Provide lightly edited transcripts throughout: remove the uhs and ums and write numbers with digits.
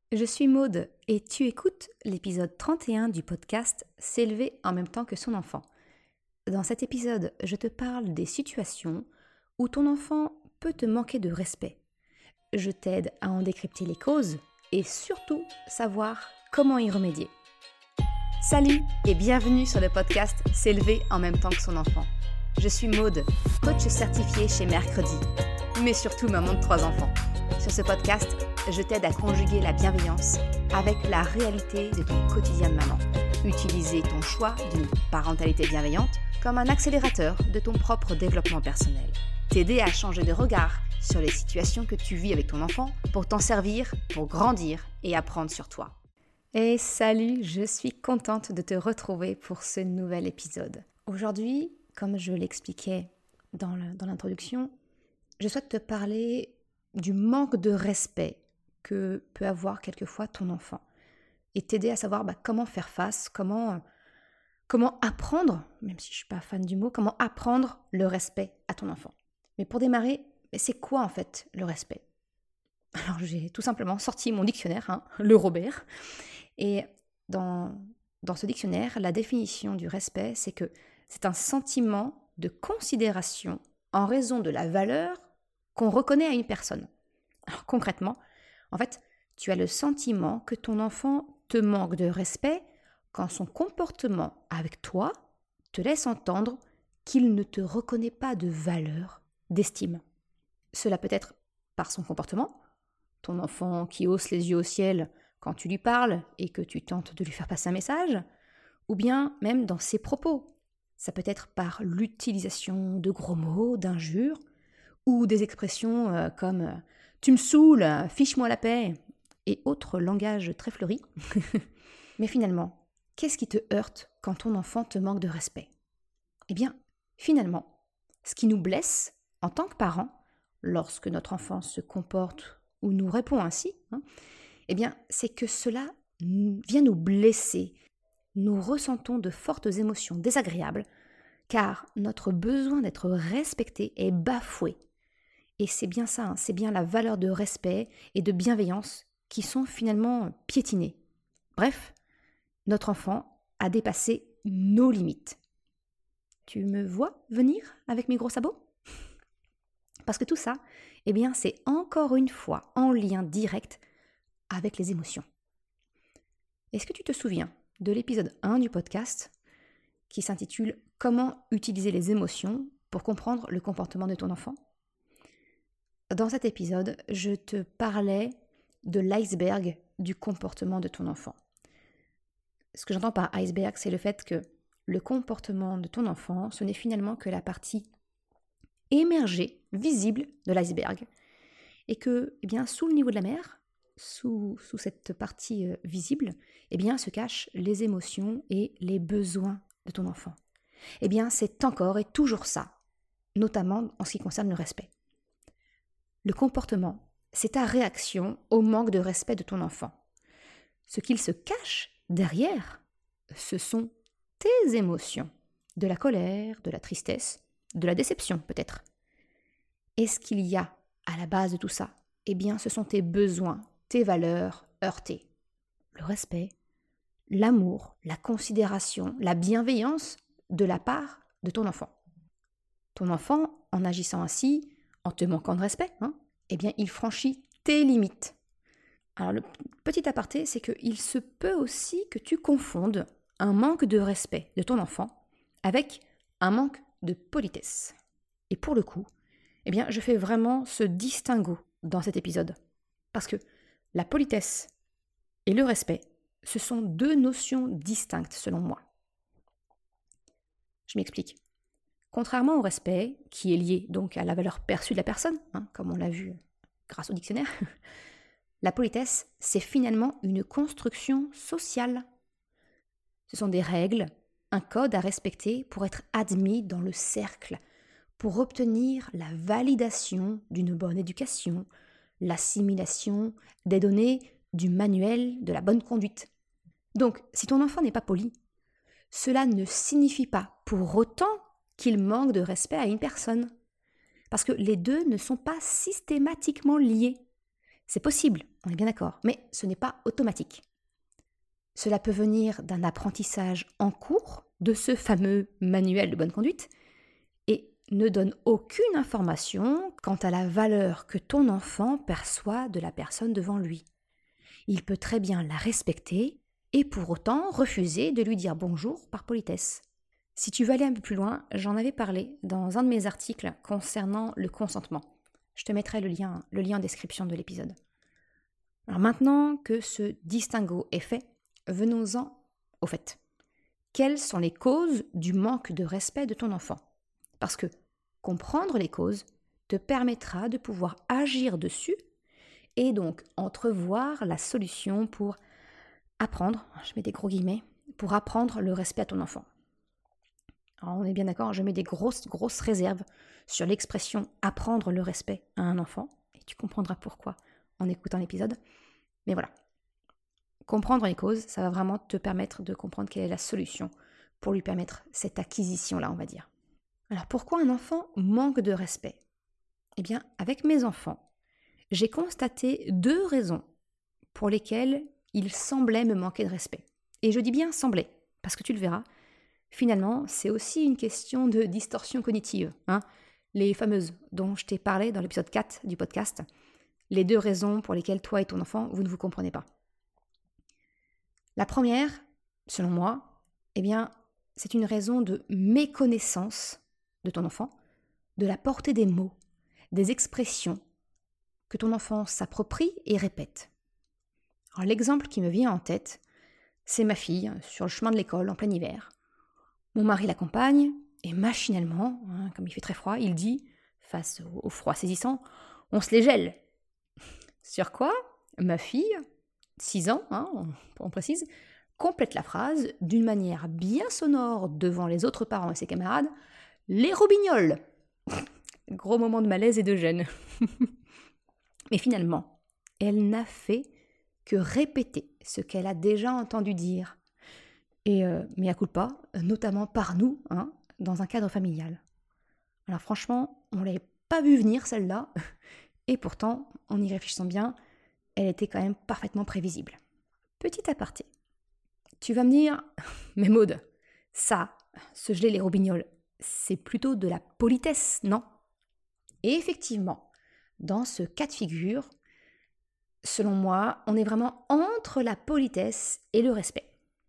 Je suis Maude et tu écoutes l'épisode 31 du podcast S'élever en même temps que son enfant. Dans cet épisode, je te parle des situations où ton enfant peut te manquer de respect. Je t'aide à en décrypter les causes et surtout savoir comment y remédier. Salut et bienvenue sur le podcast S'élever en même temps que son enfant. Je suis Maude, coach certifiée chez Mercredi, mais surtout maman de 3 enfants. Sur ce podcast, je t'aide à conjuguer la bienveillance avec la réalité de ton quotidien de maman. Utiliser ton choix d'une parentalité bienveillante comme un accélérateur de ton propre développement personnel. T'aider à changer de regard sur les situations que tu vis avec ton enfant pour t'en servir, pour grandir et apprendre sur toi. Et salut, je suis contente de te retrouver pour ce nouvel épisode. Aujourd'hui, comme je l'expliquais dans l'introduction, je souhaite te parler du manque de respect que peut avoir quelquefois ton enfant et t'aider à savoir comment faire face, comment apprendre, même si je ne suis pas fan du mot, comment apprendre le respect à ton enfant. Mais pour démarrer, c'est quoi en fait le respect ? Alors j'ai tout simplement sorti mon dictionnaire, le Robert, et dans ce dictionnaire, la définition du respect, c'est que c'est un sentiment de considération en raison de la valeur qu'on reconnaît à une personne. Alors concrètement, en fait, tu as le sentiment que ton enfant te manque de respect quand son comportement avec toi te laisse entendre qu'il ne te reconnaît pas de valeur, d'estime. Cela peut être par son comportement, ton enfant qui hausse les yeux au ciel quand tu lui parles et que tu tentes de lui faire passer un message, ou bien même dans ses propos. Ça peut être par l'utilisation de gros mots, d'injures, ou des expressions comme « tu me saoules, fiche-moi la paix » et autres langages très fleuris. Mais finalement, qu'est-ce qui te heurte quand ton enfant te manque de respect ? Eh bien, finalement, ce qui nous blesse en tant que parents, lorsque notre enfant se comporte ou nous répond ainsi, eh bien, c'est que cela vient nous blesser. Nous ressentons de fortes émotions désagréables car notre besoin d'être respecté est bafoué. Et c'est bien ça, c'est bien la valeur de respect et de bienveillance qui sont finalement piétinées. Bref, notre enfant a dépassé nos limites. Tu me vois venir avec mes gros sabots ? Parce que tout ça, eh bien, c'est encore une fois en lien direct avec les émotions. Est-ce que tu te souviens de l'épisode 1 du podcast qui s'intitule « Comment utiliser les émotions pour comprendre le comportement de ton enfant ?» Dans cet épisode, je te parlais de l'iceberg du comportement de ton enfant. Ce que j'entends par iceberg, c'est le fait que le comportement de ton enfant, ce n'est finalement que la partie émergée, visible de l'iceberg. Et que, sous le niveau de la mer, sous cette partie visible, se cachent les émotions et les besoins de ton enfant. C'est encore et toujours ça, notamment en ce qui concerne le respect. Le comportement, c'est ta réaction au manque de respect de ton enfant. Ce qu'il se cache derrière, ce sont tes émotions, de la colère, de la tristesse, de la déception peut-être. Et ce qu'il y a à la base de tout ça, ce sont tes besoins, tes valeurs heurtées. Le respect, l'amour, la considération, la bienveillance de la part de ton enfant. Ton enfant, en agissant ainsi, en te manquant de respect, il franchit tes limites. Alors le petit aparté, c'est qu'il se peut aussi que tu confondes un manque de respect de ton enfant avec un manque de politesse. Et pour le coup, je fais vraiment ce distinguo dans cet épisode. Parce que la politesse et le respect, ce sont 2 notions distinctes selon moi. Je m'explique. Contrairement au respect, qui est lié donc à la valeur perçue de la personne, comme on l'a vu grâce au dictionnaire, la politesse, c'est finalement une construction sociale. Ce sont des règles, un code à respecter pour être admis dans le cercle, pour obtenir la validation d'une bonne éducation, l'assimilation des données du manuel de la bonne conduite. Donc, si ton enfant n'est pas poli, cela ne signifie pas pour autant qu'il manque de respect à une personne. Parce que les deux ne sont pas systématiquement liés. C'est possible, on est bien d'accord, mais ce n'est pas automatique. Cela peut venir d'un apprentissage en cours de ce fameux manuel de bonne conduite et ne donne aucune information quant à la valeur que ton enfant perçoit de la personne devant lui. Il peut très bien la respecter et pour autant refuser de lui dire bonjour par politesse. Si tu veux aller un peu plus loin, j'en avais parlé dans un de mes articles concernant le consentement. Je te mettrai le lien en description de l'épisode. Alors maintenant que ce distinguo est fait, venons-en au fait. Quelles sont les causes du manque de respect de ton enfant ? Parce que comprendre les causes te permettra de pouvoir agir dessus et donc entrevoir la solution pour apprendre, je mets des gros guillemets, pour apprendre le respect à ton enfant. Alors on est bien d'accord, je mets des grosses réserves sur l'expression « apprendre le respect à un enfant », et tu comprendras pourquoi en écoutant l'épisode. Mais voilà, comprendre les causes, ça va vraiment te permettre de comprendre quelle est la solution pour lui permettre cette acquisition-là, on va dire. Alors pourquoi un enfant manque de respect ? Eh bien, avec mes enfants, j'ai constaté 2 raisons pour lesquelles ils semblaient me manquer de respect. Et je dis bien « semblaient », parce que tu le verras, finalement, c'est aussi une question de distorsion cognitive, les fameuses dont je t'ai parlé dans l'épisode 4 du podcast, les 2 raisons pour lesquelles toi et ton enfant, vous ne vous comprenez pas. La première, selon moi, eh bien, c'est une raison de méconnaissance de ton enfant, de la portée des mots, des expressions que ton enfant s'approprie et répète. Alors, l'exemple qui me vient en tête, c'est ma fille sur le chemin de l'école en plein hiver. Mon mari l'accompagne et machinalement, comme il fait très froid, il dit, face au froid saisissant, « On se les gèle !» Sur quoi ma fille, 6 ans, on précise, complète la phrase d'une manière bien sonore devant les autres parents et ses camarades, « Les robignoles !» Gros moment de malaise et de gêne. Mais finalement, elle n'a fait que répéter ce qu'elle a déjà entendu dire. Et mea culpa, notamment par nous, dans un cadre familial. Alors franchement, on ne l'avait pas vu venir celle-là, et pourtant, en y réfléchissant bien, elle était quand même parfaitement prévisible. Petit aparté, tu vas me dire, mais Maud, ça, se geler les robignoles, c'est plutôt de la politesse, non ? Et effectivement, dans ce cas de figure, selon moi, on est vraiment entre la politesse et le respect.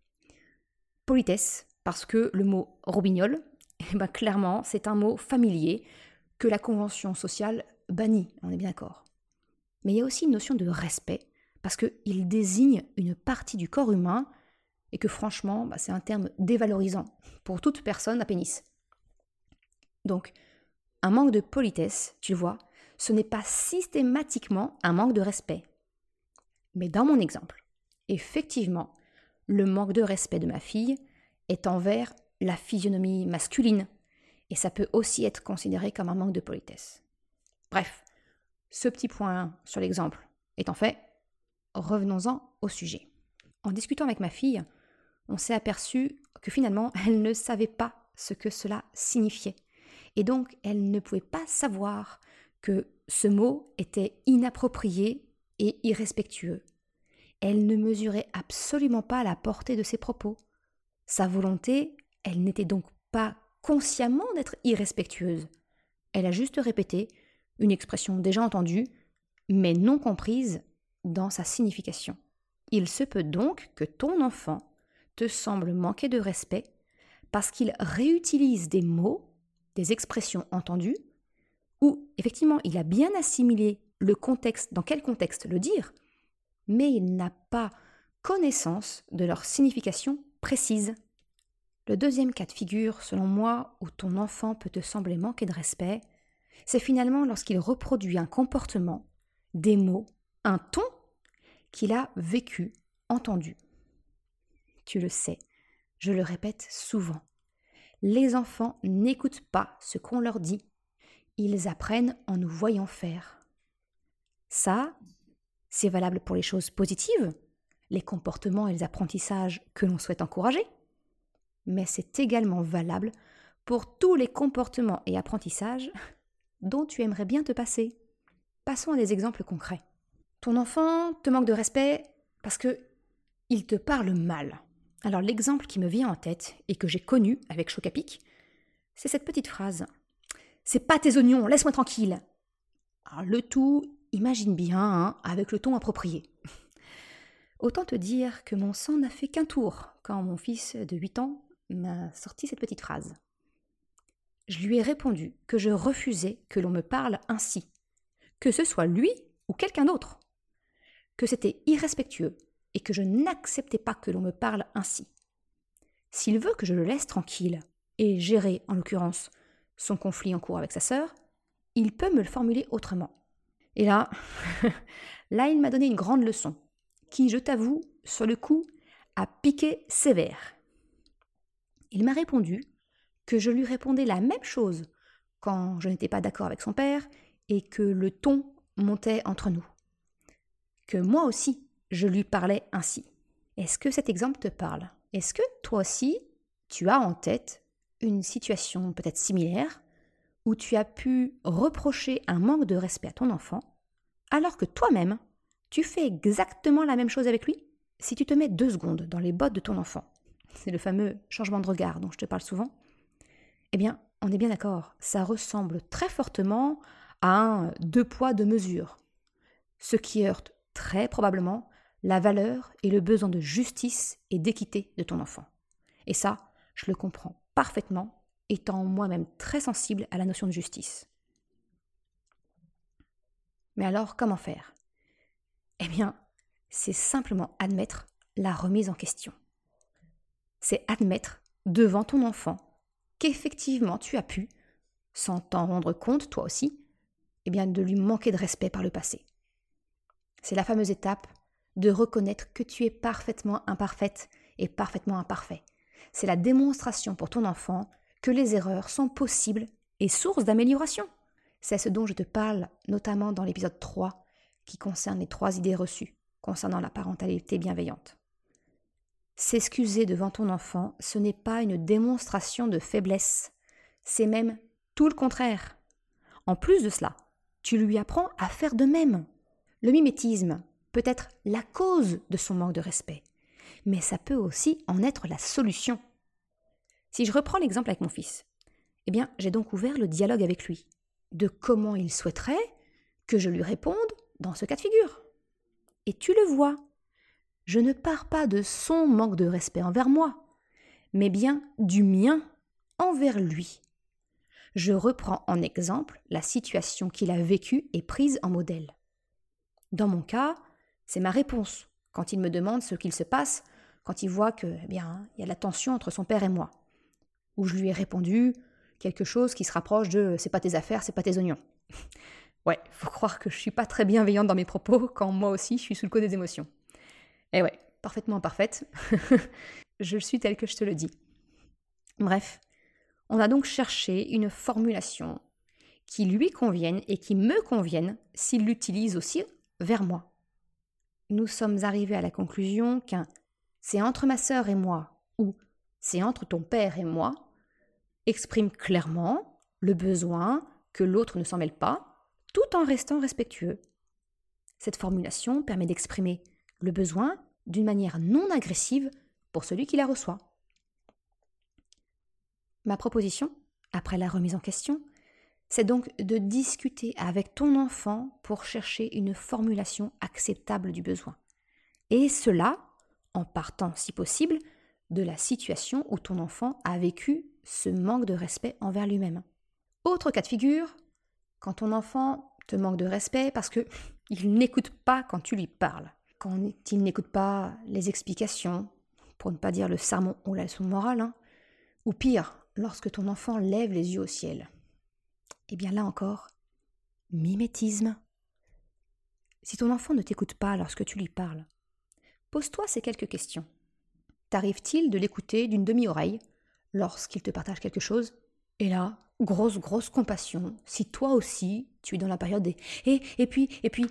Politesse, parce que le mot robignol, clairement, c'est un mot familier que la convention sociale bannit, on est bien d'accord. Mais il y a aussi une notion de respect, parce qu'il désigne une partie du corps humain et que franchement, c'est un terme dévalorisant pour toute personne à pénis. Donc, un manque de politesse, tu le vois, ce n'est pas systématiquement un manque de respect. Mais dans mon exemple, effectivement, le manque de respect de ma fille est envers la physionomie masculine, et ça peut aussi être considéré comme un manque de politesse. Bref, ce petit point sur l'exemple étant fait, revenons-en au sujet. En discutant avec ma fille, on s'est aperçu que finalement, elle ne savait pas ce que cela signifiait. Et donc, elle ne pouvait pas savoir que ce mot était inapproprié et irrespectueux. Elle ne mesurait absolument pas la portée de ses propos. Sa volonté, elle n'était donc pas consciemment d'être irrespectueuse. Elle a juste répété une expression déjà entendue, mais non comprise dans sa signification. Il se peut donc que ton enfant te semble manquer de respect parce qu'il réutilise des mots, des expressions entendues, où effectivement il a bien assimilé le contexte, dans quel contexte le dire, mais il n'a pas connaissance de leur signification précise. Le deuxième cas de figure, selon moi, où ton enfant peut te sembler manquer de respect, c'est finalement lorsqu'il reproduit un comportement, des mots, un ton qu'il a vécu, entendu. Tu le sais, je le répète souvent. Les enfants n'écoutent pas ce qu'on leur dit. Ils apprennent en nous voyant faire. Ça, c'est valable pour les choses positives, les comportements et les apprentissages que l'on souhaite encourager. Mais c'est également valable pour tous les comportements et apprentissages dont tu aimerais bien te passer. Passons à des exemples concrets. Ton enfant te manque de respect parce que il te parle mal. Alors l'exemple qui me vient en tête et que j'ai connu avec Choc-à-Pic, c'est cette petite phrase. C'est pas tes oignons, laisse-moi tranquille. Alors le tout, imagine bien, avec le ton approprié. Autant te dire que mon sang n'a fait qu'un tour quand mon fils de 8 ans m'a sorti cette petite phrase. Je lui ai répondu que je refusais que l'on me parle ainsi, que ce soit lui ou quelqu'un d'autre, que c'était irrespectueux et que je n'acceptais pas que l'on me parle ainsi. S'il veut que je le laisse tranquille et gérer, en l'occurrence, son conflit en cours avec sa sœur, il peut me le formuler autrement. Et là, il m'a donné une grande leçon, qui, je t'avoue, sur le coup, a piqué sévère. Il m'a répondu que je lui répondais la même chose quand je n'étais pas d'accord avec son père et que le ton montait entre nous. Que moi aussi, je lui parlais ainsi. Est-ce que cet exemple te parle ? Est-ce que toi aussi, tu as en tête une situation peut-être similaire où tu as pu reprocher un manque de respect à ton enfant alors que toi-même, tu fais exactement la même chose avec lui ? Si tu te mets 2 secondes dans les bottes de ton enfant, c'est le fameux changement de regard dont je te parle souvent, eh bien, on est bien d'accord, ça ressemble très fortement à un 2 poids, 2 mesures, ce qui heurte très probablement la valeur et le besoin de justice et d'équité de ton enfant. Et ça, je le comprends parfaitement, étant moi-même très sensible à la notion de justice. Mais alors, comment faire ? Eh bien, c'est simplement admettre la remise en question. C'est admettre devant ton enfant qu'effectivement tu as pu, sans t'en rendre compte toi aussi, eh bien de lui manquer de respect par le passé. C'est la fameuse étape de reconnaître que tu es parfaitement imparfaite et parfaitement imparfait. C'est la démonstration pour ton enfant que les erreurs sont possibles et source d'amélioration. C'est ce dont je te parle notamment dans l'épisode 3 qui concerne les 3 idées reçues concernant la parentalité bienveillante. S'excuser devant ton enfant, ce n'est pas une démonstration de faiblesse, c'est même tout le contraire. En plus de cela, tu lui apprends à faire de même. Le mimétisme peut être la cause de son manque de respect, mais ça peut aussi en être la solution. Si je reprends l'exemple avec mon fils, eh bien, j'ai donc ouvert le dialogue avec lui, de comment il souhaiterait que je lui réponde dans ce cas de figure. Et tu le vois, je ne pars pas de son manque de respect envers moi, mais bien du mien envers lui. Je reprends en exemple la situation qu'il a vécue et prise en modèle. Dans mon cas, c'est ma réponse quand il me demande ce qu'il se passe, quand il voit que, il y a de la tension entre son père et moi, où je lui ai répondu quelque chose qui se rapproche de « c'est pas tes affaires, c'est pas tes oignons ». Ouais, faut croire que je suis pas très bienveillante dans mes propos quand moi aussi je suis sous le coup des émotions. Et ouais, parfaitement imparfaite. Je suis telle que je te le dis. Bref, on a donc cherché une formulation qui lui convienne et qui me convienne s'il l'utilise aussi vers moi. Nous sommes arrivés à la conclusion qu'un « c'est entre ma sœur et moi » ou « c'est entre ton père et moi » exprime clairement le besoin que l'autre ne s'en mêle pas, tout en restant respectueux. Cette formulation permet d'exprimer le besoin d'une manière non agressive pour celui qui la reçoit. Ma proposition, après la remise en question, c'est donc de discuter avec ton enfant pour chercher une formulation acceptable du besoin. Et cela, en partant, si possible, de la situation où ton enfant a vécu ce manque de respect envers lui-même. Autre cas de figure, quand ton enfant te manque de respect parce qu'il n'écoute pas quand tu lui parles, quand il n'écoute pas les explications, pour ne pas dire le sermon ou la leçon morale, ou pire, lorsque ton enfant lève les yeux au ciel. Eh bien là encore, mimétisme. Si ton enfant ne t'écoute pas lorsque tu lui parles, pose-toi ces quelques questions. T'arrive-t-il de l'écouter d'une demi-oreille lorsqu'il te partage quelque chose ? Et là, grosse compassion, si toi aussi, tu es dans la période des « et puis,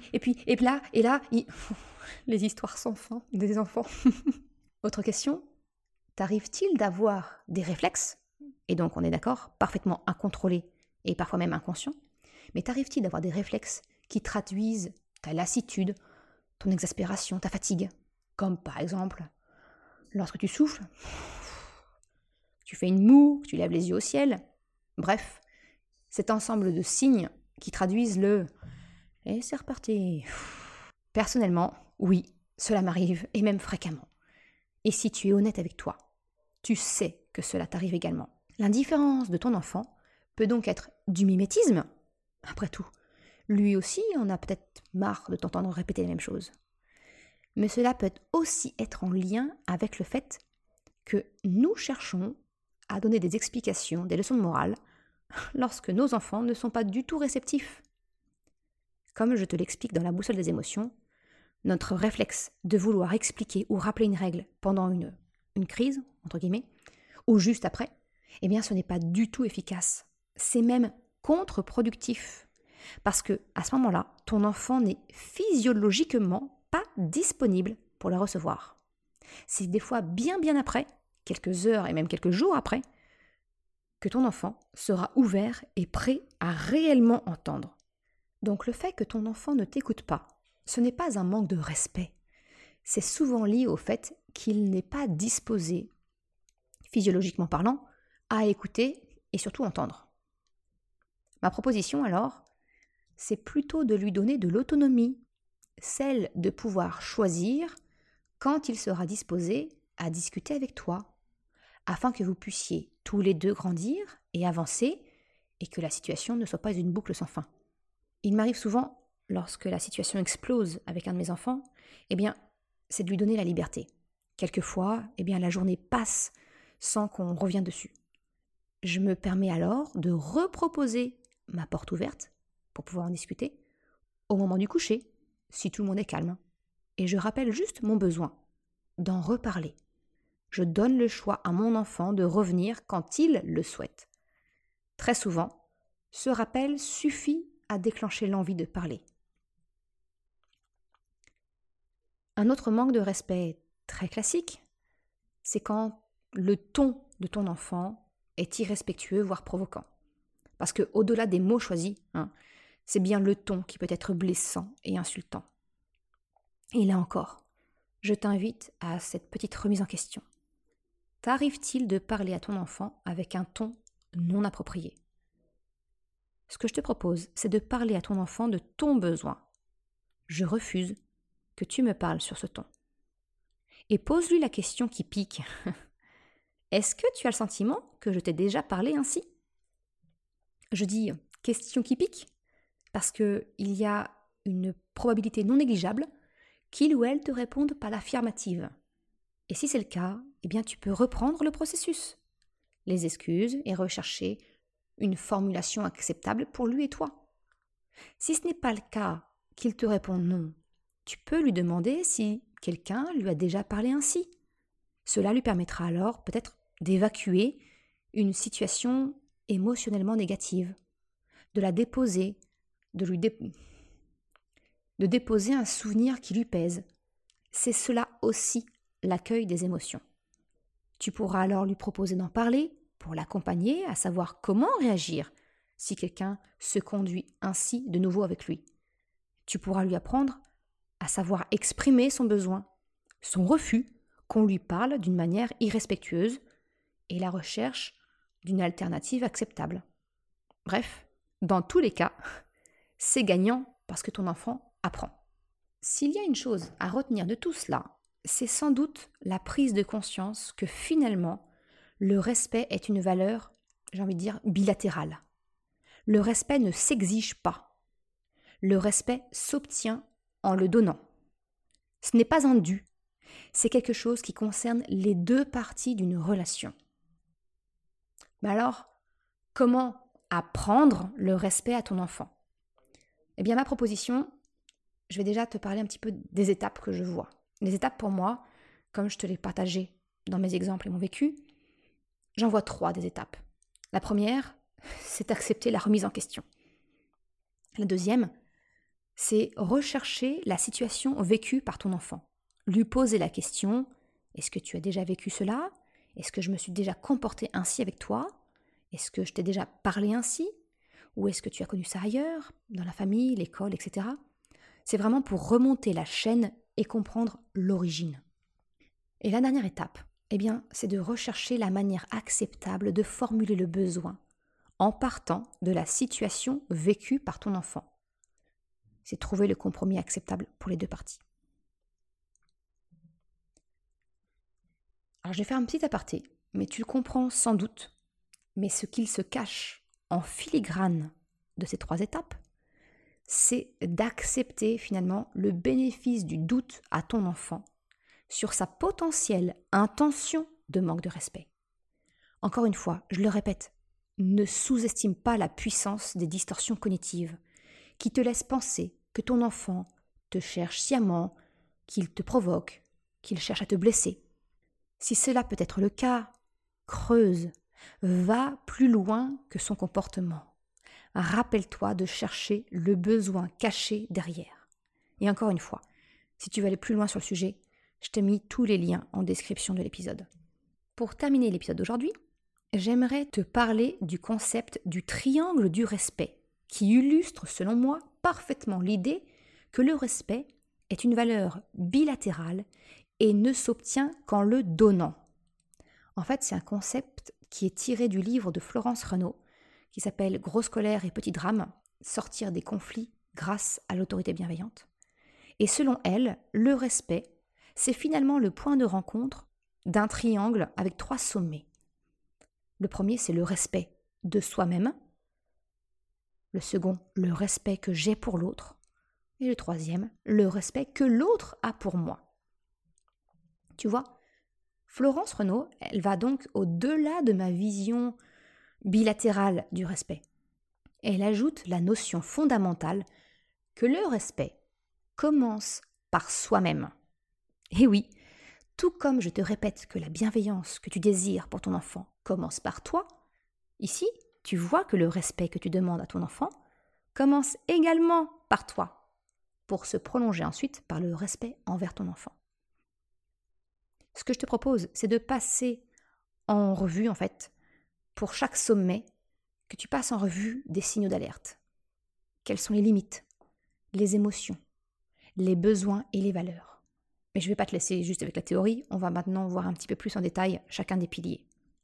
les histoires sans fin des enfants. Autre question, t'arrive-t-il d'avoir des réflexes, et donc on est d'accord, parfaitement incontrôlés et parfois même inconscients, mais t'arrive-t-il d'avoir des réflexes qui traduisent ta lassitude ton exaspération, ta fatigue. Comme par exemple, lorsque tu souffles, tu fais une moue, tu lèves les yeux au ciel. Bref, cet ensemble de signes qui traduisent le « et c'est reparti ». Personnellement, oui, cela m'arrive, et même fréquemment. Et si tu es honnête avec toi, tu sais que cela t'arrive également. L'indifférence de ton enfant peut donc être du mimétisme. Après tout, lui aussi en a peut-être marre de t'entendre répéter les mêmes choses. Mais cela peut aussi être en lien avec le fait que nous cherchons à donner des explications, des leçons de morale, lorsque nos enfants ne sont pas du tout réceptifs. Comme je te l'explique dans la boussole des émotions, notre réflexe de vouloir expliquer ou rappeler une règle pendant une crise, entre guillemets, ou juste après, eh bien ce n'est pas du tout efficace. C'est même contre-productif. Parce que à ce moment-là, ton enfant n'est physiologiquement pas disponible pour le recevoir. C'est des fois bien après, quelques heures et même quelques jours après, que ton enfant sera ouvert et prêt à réellement entendre. Donc le fait que ton enfant ne t'écoute pas, ce n'est pas un manque de respect. C'est souvent lié au fait qu'il n'est pas disposé, physiologiquement parlant, à écouter et surtout entendre. Ma proposition alors, c'est plutôt de lui donner de l'autonomie, celle de pouvoir choisir quand il sera disposé à discuter avec toi, afin que vous puissiez tous les deux grandir et avancer et que la situation ne soit pas une boucle sans fin. Il m'arrive souvent, lorsque la situation explose avec un de mes enfants, c'est de lui donner la liberté. Quelquefois, la journée passe sans qu'on revienne dessus. Je me permets alors de reproposer ma porte ouverte pour pouvoir en discuter au moment du coucher, si tout le monde est calme. Et je rappelle juste mon besoin d'en reparler. Je donne le choix à mon enfant de revenir quand il le souhaite. Très souvent, ce rappel suffit à déclencher l'envie de parler. Un autre manque de respect très classique, c'est quand le ton de ton enfant est irrespectueux, voire provoquant. Parce que au-delà des mots choisis, c'est bien le ton qui peut être blessant et insultant. Et là encore, je t'invite à cette petite remise en question. T'arrive-t-il de parler à ton enfant avec un ton non approprié ? Ce que je te propose, c'est de parler à ton enfant de ton besoin. Je refuse que tu me parles sur ce ton. Et pose-lui la question qui pique. Est-ce que tu as le sentiment que je t'ai déjà parlé ainsi ? Je dis question qui pique parce qu'il y a une probabilité non négligeable qu'il ou elle te réponde par l'affirmative. Et si c'est le cas, tu peux reprendre le processus, les excuses et rechercher une formulation acceptable pour lui et toi. Si ce n'est pas le cas, qu'il te réponde non, tu peux lui demander si quelqu'un lui a déjà parlé ainsi. Cela lui permettra alors peut-être d'évacuer une situation émotionnellement négative, de la déposer, de déposer un souvenir qui lui pèse. C'est cela aussi l'accueil des émotions. Tu pourras alors lui proposer d'en parler pour l'accompagner à savoir comment réagir si quelqu'un se conduit ainsi de nouveau avec lui. Tu pourras lui apprendre à savoir exprimer son besoin, son refus, qu'on lui parle d'une manière irrespectueuse et la recherche d'une alternative acceptable. Bref, dans tous les cas, c'est gagnant parce que ton enfant apprend. S'il y a une chose à retenir de tout cela, c'est sans doute la prise de conscience que finalement, le respect est une valeur, bilatérale. Le respect ne s'exige pas. Le respect s'obtient en le donnant. Ce n'est pas un dû, c'est quelque chose qui concerne les deux parties d'une relation. Mais alors, comment apprendre le respect à ton enfant ? Ma proposition, je vais déjà te parler un petit peu des étapes que je vois. Les étapes pour moi, comme je te l'ai partagé dans mes exemples et mon vécu, j'en vois 3 des étapes. La première, c'est accepter la remise en question. La deuxième, c'est rechercher la situation vécue par ton enfant. Lui poser la question, est-ce que tu as déjà vécu cela ? Est-ce que je me suis déjà comportée ainsi avec toi ? Est-ce que je t'ai déjà parlé ainsi ? Ou est-ce que tu as connu ça ailleurs, dans la famille, l'école, etc. C'est vraiment pour remonter la chaîne et comprendre l'origine. Et la dernière étape, c'est de rechercher la manière acceptable de formuler le besoin en partant de la situation vécue par ton enfant. C'est trouver le compromis acceptable pour les deux parties. Alors je vais faire un petit aparté, mais tu le comprends sans doute. Mais ce qu'il se cache en filigrane de ces 3 étapes, c'est d'accepter finalement le bénéfice du doute à ton enfant sur sa potentielle intention de manque de respect. Encore une fois, je le répète, ne sous-estime pas la puissance des distorsions cognitives qui te laissent penser que ton enfant te cherche sciemment, qu'il te provoque, qu'il cherche à te blesser. Si cela peut être le cas, creuse, va plus loin que son comportement. Rappelle-toi de chercher le besoin caché derrière. Et encore une fois, si tu veux aller plus loin sur le sujet, je t'ai mis tous les liens en description de l'épisode. Pour terminer l'épisode d'aujourd'hui, j'aimerais te parler du concept du triangle du respect, qui illustre selon moi parfaitement l'idée que le respect est une valeur bilatérale et ne s'obtient qu'en le donnant. En fait, c'est un concept qui est tiré du livre de Florence Renaud, qui s'appelle « Grosse colère et petit drame, sortir des conflits grâce à l'autorité bienveillante ». Et selon elle, le respect, c'est finalement le point de rencontre d'un triangle avec 3 sommets. Le premier, c'est le respect de soi-même. Le second, le respect que j'ai pour l'autre. Et le troisième, le respect que l'autre a pour moi. Tu vois, Florence Renaud, elle va donc au-delà de ma vision bilatérale du respect. Elle ajoute la notion fondamentale que le respect commence par soi-même. Et oui, tout comme je te répète que la bienveillance que tu désires pour ton enfant commence par toi, ici, tu vois que le respect que tu demandes à ton enfant commence également par toi, pour se prolonger ensuite par le respect envers ton enfant. Ce que je te propose, c'est de passer en revue, pour chaque sommet, que tu passes en revue des signaux d'alerte. Quelles sont les limites, les émotions, les besoins et les valeurs. Mais je ne vais pas te laisser juste avec la théorie, on va maintenant voir un petit peu plus en détail chacun des piliers.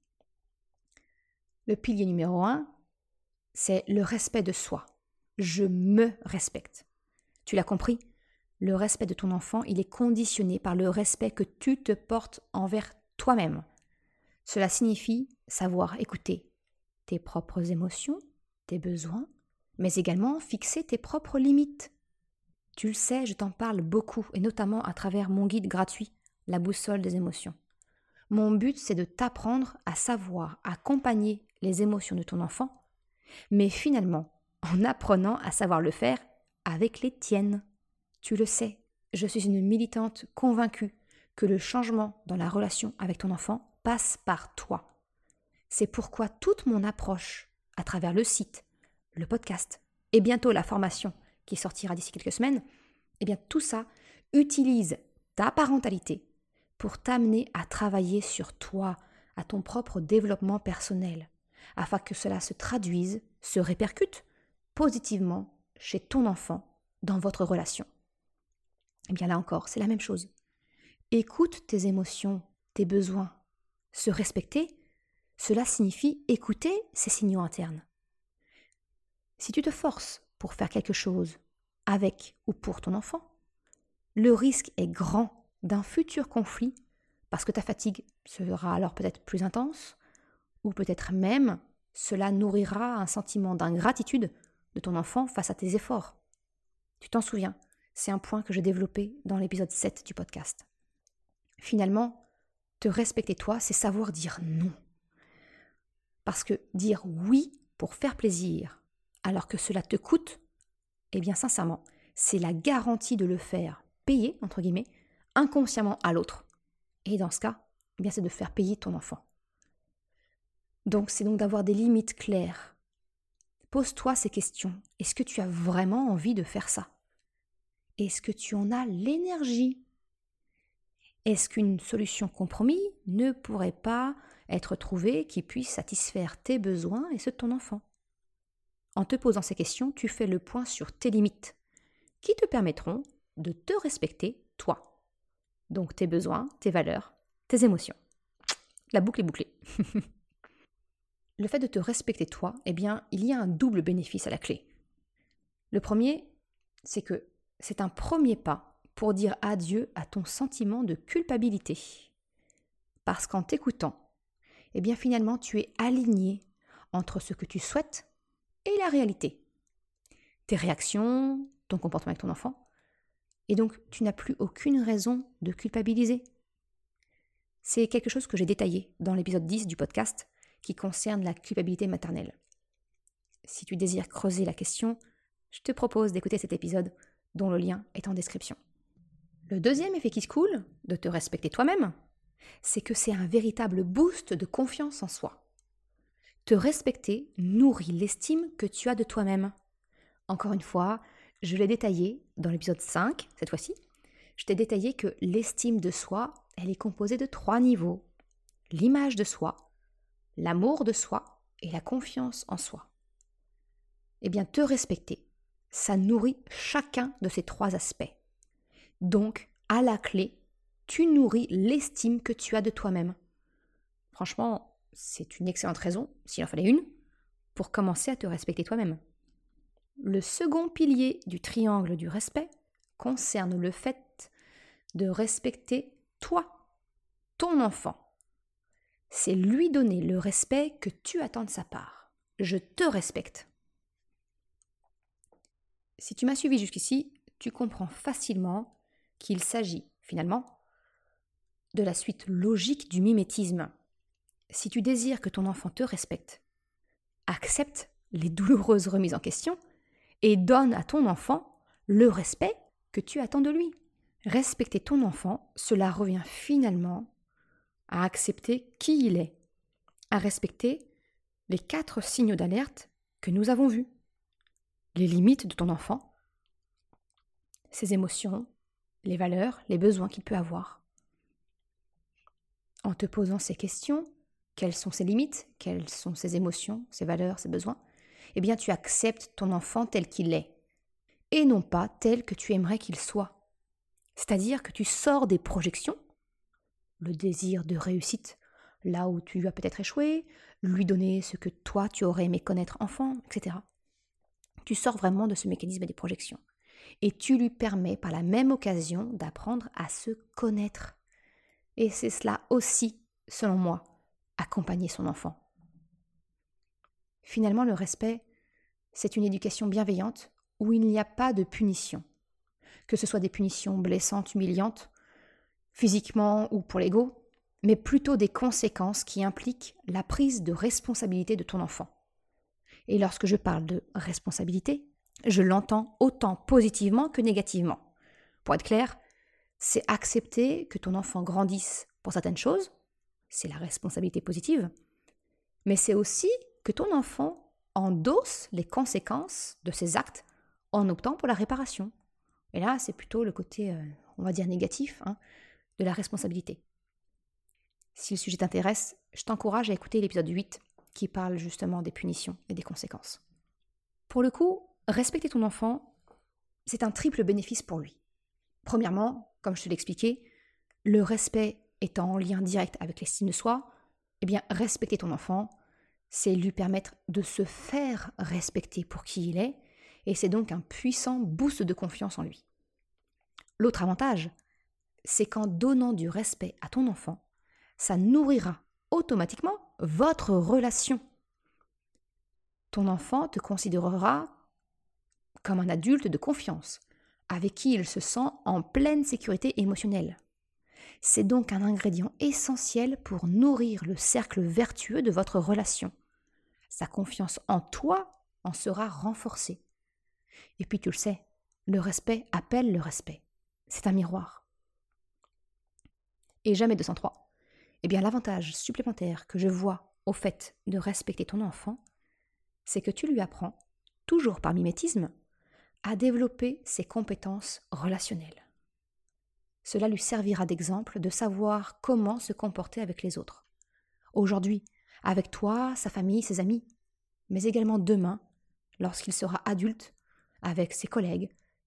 Le pilier numéro 1, c'est le respect de soi. Je me respecte. Tu l'as compris ? Le respect de ton enfant, il est conditionné par le respect que tu te portes envers toi-même. Cela signifie savoir écouter tes propres émotions, tes besoins, mais également fixer tes propres limites. Tu le sais, je t'en parle beaucoup, et notamment à travers mon guide gratuit, La boussole des émotions. Mon but, c'est de t'apprendre à savoir accompagner les émotions de ton enfant, mais finalement, en apprenant à savoir le faire avec les tiennes. Tu le sais, je suis une militante convaincue que le changement dans la relation avec ton enfant passe par toi. C'est pourquoi toute mon approche, à travers le site, le podcast et bientôt la formation qui sortira d'ici quelques semaines, tout ça utilise ta parentalité pour t'amener à travailler sur toi, à ton propre développement personnel, afin que cela se traduise, se répercute positivement chez ton enfant dans votre relation. Là encore, c'est la même chose. Écoute tes émotions, tes besoins. Se respecter, cela signifie écouter ses signaux internes. Si tu te forces pour faire quelque chose avec ou pour ton enfant, le risque est grand d'un futur conflit parce que ta fatigue sera alors peut-être plus intense ou peut-être même cela nourrira un sentiment d'ingratitude de ton enfant face à tes efforts. Tu t'en souviens, c'est un point que j'ai développé dans l'épisode 7 du podcast. Finalement, te respecter toi, c'est savoir dire non. Parce que dire oui pour faire plaisir alors que cela te coûte, sincèrement, c'est la garantie de le faire payer, entre guillemets, inconsciemment à l'autre. Et dans ce cas, c'est de faire payer ton enfant. Donc, c'est donc d'avoir des limites claires. Pose-toi ces questions. Est-ce que tu as vraiment envie de faire ça ? Est-ce que tu en as l'énergie ? Est-ce qu'une solution compromis ne pourrait pas être trouvée qui puisse satisfaire tes besoins et ceux de ton enfant ? En te posant ces questions, tu fais le point sur tes limites, qui te permettront de te respecter toi. Donc tes besoins, tes valeurs, tes émotions. La boucle est bouclée. Le fait de te respecter toi, eh bien, il y a un double bénéfice à la clé. Le premier, c'est que c'est un premier pas pour dire adieu à ton sentiment de culpabilité. Parce qu'en t'écoutant, eh bien finalement tu es aligné entre ce que tu souhaites et la réalité. Tes réactions, ton comportement avec ton enfant. Et donc tu n'as plus aucune raison de culpabiliser. C'est quelque chose que j'ai détaillé dans l'épisode 10 du podcast qui concerne la culpabilité maternelle. Si tu désires creuser la question, je te propose d'écouter cet épisode dont le lien est en description. Le deuxième effet qui se coule de te respecter toi-même, c'est que c'est un véritable boost de confiance en soi. Te respecter nourrit l'estime que tu as de toi-même. Encore une fois, je l'ai détaillé dans l'épisode 5, cette fois-ci. Je t'ai détaillé que l'estime de soi, elle est composée de 3 niveaux. L'image de soi, l'amour de soi et la confiance en soi. Eh bien, te respecter, ça nourrit chacun de ces 3 aspects. Donc, à la clé, tu nourris l'estime que tu as de toi-même. Franchement, c'est une excellente raison, s'il en fallait une, pour commencer à te respecter toi-même. Le second pilier du triangle du respect concerne le fait de respecter toi, ton enfant. C'est lui donner le respect que tu attends de sa part. Je te respecte. Si tu m'as suivi jusqu'ici, tu comprends facilement qu'il s'agit, finalement, de la suite logique du mimétisme. Si tu désires que ton enfant te respecte, accepte les douloureuses remises en question et donne à ton enfant le respect que tu attends de lui. Respecter ton enfant, cela revient finalement à accepter qui il est, à respecter les 4 signaux d'alerte que nous avons vus. Les limites de ton enfant, ses émotions, les valeurs, les besoins qu'il peut avoir. En te posant ces questions, quelles sont ses limites, quelles sont ses émotions, ses valeurs, ses besoins, eh bien tu acceptes ton enfant tel qu'il est, et non pas tel que tu aimerais qu'il soit. C'est-à-dire que tu sors des projections, le désir de réussite là où tu as peut-être échoué, lui donner ce que toi tu aurais aimé connaître enfant, etc. Tu sors vraiment de ce mécanisme des projections. Et tu lui permets par la même occasion d'apprendre à se connaître. Et c'est cela aussi, selon moi, accompagner son enfant. Finalement, le respect, c'est une éducation bienveillante où il n'y a pas de punition. Que ce soit des punitions blessantes, humiliantes, physiquement ou pour l'ego, mais plutôt des conséquences qui impliquent la prise de responsabilité de ton enfant. Et lorsque je parle de responsabilité, je l'entends autant positivement que négativement. Pour être clair, c'est accepter que ton enfant grandisse pour certaines choses, c'est la responsabilité positive, mais c'est aussi que ton enfant endosse les conséquences de ses actes en optant pour la réparation. Et là, c'est plutôt le côté, on va dire, négatif de la responsabilité. Si le sujet t'intéresse, je t'encourage à écouter l'épisode 8 qui parle justement des punitions et des conséquences. Pour le coup, respecter ton enfant, c'est un triple bénéfice pour lui. Premièrement, comme je te l'ai expliqué, le respect étant en lien direct avec l'estime de soi, eh bien, respecter ton enfant, c'est lui permettre de se faire respecter pour qui il est, et c'est donc un puissant boost de confiance en lui. L'autre avantage, c'est qu'en donnant du respect à ton enfant, ça nourrira automatiquement votre relation. Ton enfant te considérera comme un adulte de confiance, avec qui il se sent en pleine sécurité émotionnelle. C'est donc un ingrédient essentiel pour nourrir le cercle vertueux de votre relation. Sa confiance en toi en sera renforcée. Et puis tu le sais, le respect appelle le respect. C'est un miroir. Et jamais 203. Eh bien, l'avantage supplémentaire que je vois au fait de respecter ton enfant, c'est que tu lui apprends, toujours par mimétisme, à développer ses compétences relationnelles. Cela lui servira d'exemple de savoir comment se comporter avec les autres. Aujourd'hui, avec toi, sa famille, ses amis, mais également demain, lorsqu'il sera adulte, avec ses collègues,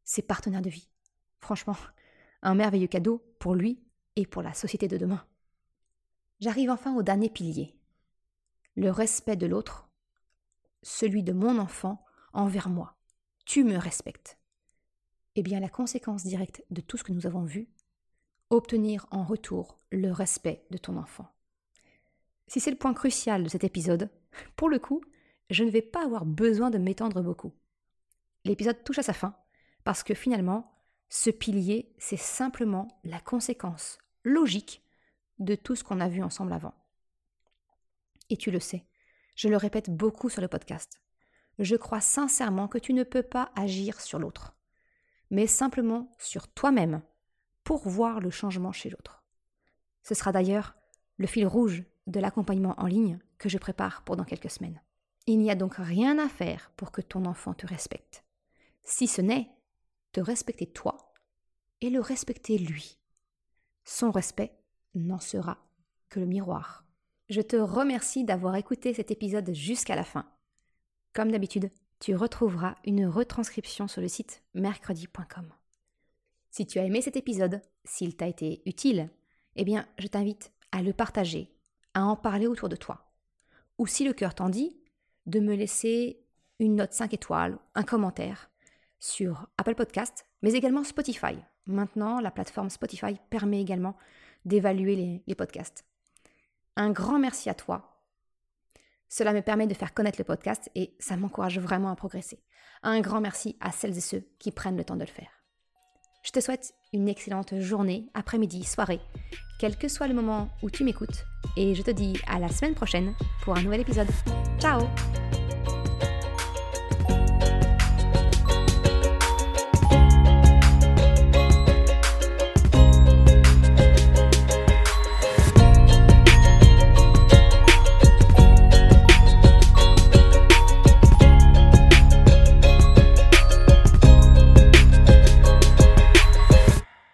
ses partenaires de vie. Franchement, un merveilleux cadeau pour lui et pour la société de demain. J'arrive enfin au dernier pilier. Le respect de l'autre, celui de mon enfant envers moi. Tu me respectes. Eh bien, la conséquence directe de tout ce que nous avons vu, obtenir en retour le respect de ton enfant. Si c'est le point crucial de cet épisode, pour le coup, je ne vais pas avoir besoin de m'étendre beaucoup. L'épisode touche à sa fin parce que finalement, ce pilier, c'est simplement la conséquence logique de tout ce qu'on a vu ensemble avant. Et tu le sais, je le répète beaucoup sur le podcast. Je crois sincèrement que tu ne peux pas agir sur l'autre, mais simplement sur toi-même pour voir le changement chez l'autre. Ce sera d'ailleurs le fil rouge de l'accompagnement en ligne que je prépare pour dans quelques semaines. Il n'y a donc rien à faire pour que ton enfant te respecte, si ce n'est te respecter toi et le respecter lui. Son respect n'en sera que le miroir. Je te remercie d'avoir écouté cet épisode jusqu'à la fin. Comme d'habitude, tu retrouveras une retranscription sur le site mercredi.com. Si tu as aimé cet épisode, s'il t'a été utile, eh bien, je t'invite à le partager, à en parler autour de toi. Ou si le cœur t'en dit, de me laisser une note 5 étoiles, un commentaire sur Apple Podcast, mais également Spotify. Maintenant, la plateforme Spotify permet également d'évaluer les podcasts. Un grand merci à toi. Cela me permet de faire connaître le podcast et ça m'encourage vraiment à progresser. Un grand merci à celles et ceux qui prennent le temps de le faire. Je te souhaite une excellente journée, après-midi, soirée, quel que soit le moment où tu m'écoutes, et je te dis à la semaine prochaine pour un nouvel épisode. Ciao!